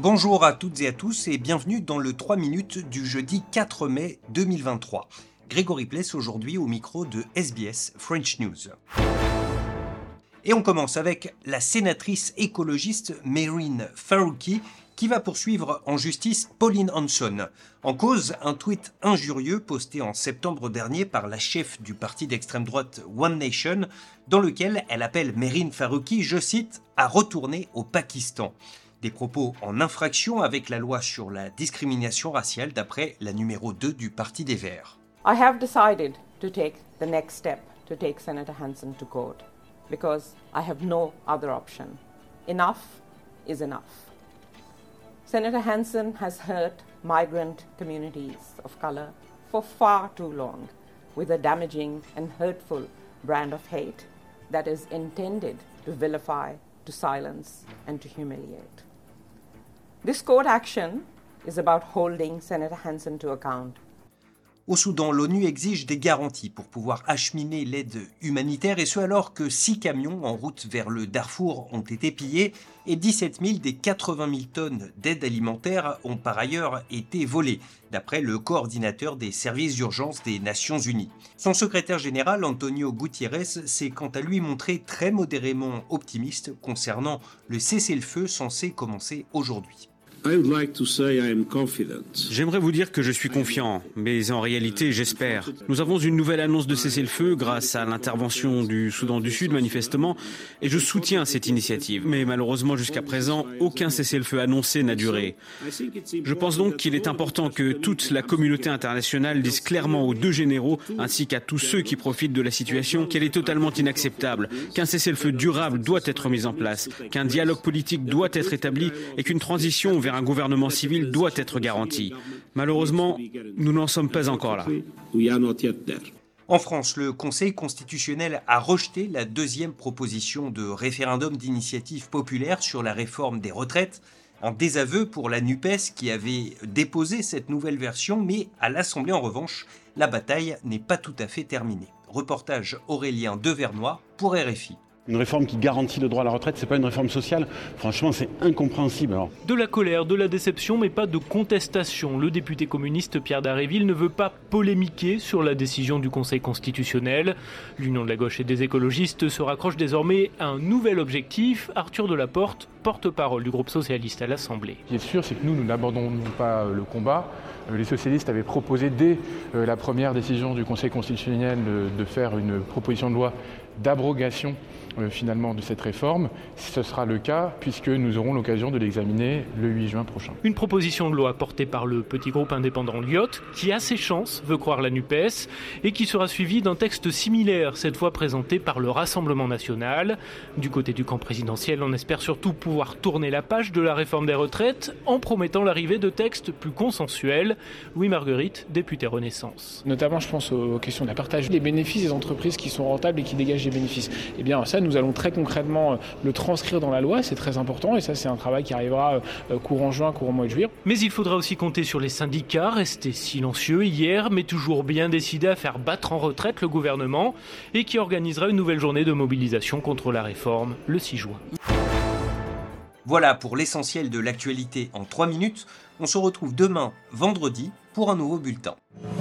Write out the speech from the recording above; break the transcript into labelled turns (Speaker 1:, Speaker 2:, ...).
Speaker 1: Bonjour à toutes et à tous et bienvenue dans le 3 minutes du jeudi 4 mai 2023. Grégory Pless aujourd'hui au micro de SBS French News. Et on commence avec la sénatrice écologiste Mehreen Faruqi qui va poursuivre en justice Pauline Hanson. En cause, un tweet injurieux posté en septembre dernier par la chef du parti d'extrême droite One Nation, dans lequel elle appelle Mehreen Faruqi, je cite, à retourner au Pakistan. Des propos en infraction avec la loi sur la discrimination raciale d'après la numéro 2 du Parti des Verts.
Speaker 2: I have decided to take the next step to take Senator Hanson to court because I have no other option. Enough is enough. Senator Hanson has hurt migrant communities of color for far too long with a damaging and hurtful brand of hate that is intended to vilify, to silence, and to humiliate. This court action is about holding Senator Hanson to account.
Speaker 1: Au Soudan, l'ONU exige des garanties pour pouvoir acheminer l'aide humanitaire et ce alors que 6 camions en route vers le Darfour ont été pillés et 17 000 des 80 000 tonnes d'aide alimentaire ont par ailleurs été volées, d'après le coordinateur des services d'urgence des Nations Unies. Son secrétaire général, Antonio Gutiérrez, s'est quant à lui montré très modérément optimiste concernant le cessez-le-feu censé commencer aujourd'hui.
Speaker 3: J'aimerais vous dire que je suis confiant, mais en réalité, j'espère. Nous avons une nouvelle annonce de cessez-le-feu grâce à l'intervention du Soudan du Sud, manifestement, et je soutiens cette initiative. Mais malheureusement, jusqu'à présent, aucun cessez-le-feu annoncé n'a duré. Je pense donc qu'il est important que toute la communauté internationale dise clairement aux deux généraux, ainsi qu'à tous ceux qui profitent de la situation, qu'elle est totalement inacceptable, qu'un cessez-le-feu durable doit être mis en place, qu'un dialogue politique doit être établi et qu'une transition vers un gouvernement civil doit être garanti. Malheureusement, nous n'en sommes pas encore là.
Speaker 1: En France, le Conseil constitutionnel a rejeté la deuxième proposition de référendum d'initiative populaire sur la réforme des retraites. Un désaveu pour la NUPES qui avait déposé cette nouvelle version, mais à l'Assemblée en revanche, la bataille n'est pas tout à fait terminée. Reportage Aurélien Devernois pour RFI.
Speaker 4: Une réforme qui garantit le droit à la retraite, c'est pas une réforme sociale. Franchement, c'est incompréhensible. Alors.
Speaker 5: De la colère, de la déception, mais pas de contestation. Le député communiste Pierre Dharréville ne veut pas polémiquer sur la décision du Conseil constitutionnel. L'Union de la gauche et des écologistes se raccroche désormais à un nouvel objectif. Arthur Delaporte, porte-parole du groupe socialiste à l'Assemblée.
Speaker 6: Ce qui est sûr, c'est que nous n'abandonnons pas le combat. Les socialistes avaient proposé dès la première décision du Conseil constitutionnel de faire une proposition de loi d'abrogation finalement de cette réforme. Ce sera le cas puisque nous aurons l'occasion de l'examiner le 8 juin prochain.
Speaker 5: Une proposition de loi portée par le petit groupe indépendant Lyot qui a ses chances, veut croire la NUPES, et qui sera suivie d'un texte similaire, cette fois présenté par le Rassemblement national. Du côté du camp présidentiel, on espère surtout pouvoir tourner la page de la réforme des retraites en promettant l'arrivée de textes plus consensuels. Louis Marguerite, député Renaissance.
Speaker 7: Notamment, je pense aux questions de partage des bénéfices des entreprises qui sont rentables et qui dégagent des bénéfices. Eh bien, ça, nous allons très concrètement le transcrire dans la loi, c'est très important et ça, c'est un travail qui arrivera courant juin, courant mois de juillet.
Speaker 5: Mais il faudra aussi compter sur les syndicats, restés silencieux hier, mais toujours bien décidés à faire battre en retraite le gouvernement et qui organisera une nouvelle journée de mobilisation contre la réforme le 6 juin.
Speaker 1: Voilà pour l'essentiel de l'actualité en 3 minutes. On se retrouve demain, vendredi, pour un nouveau bulletin.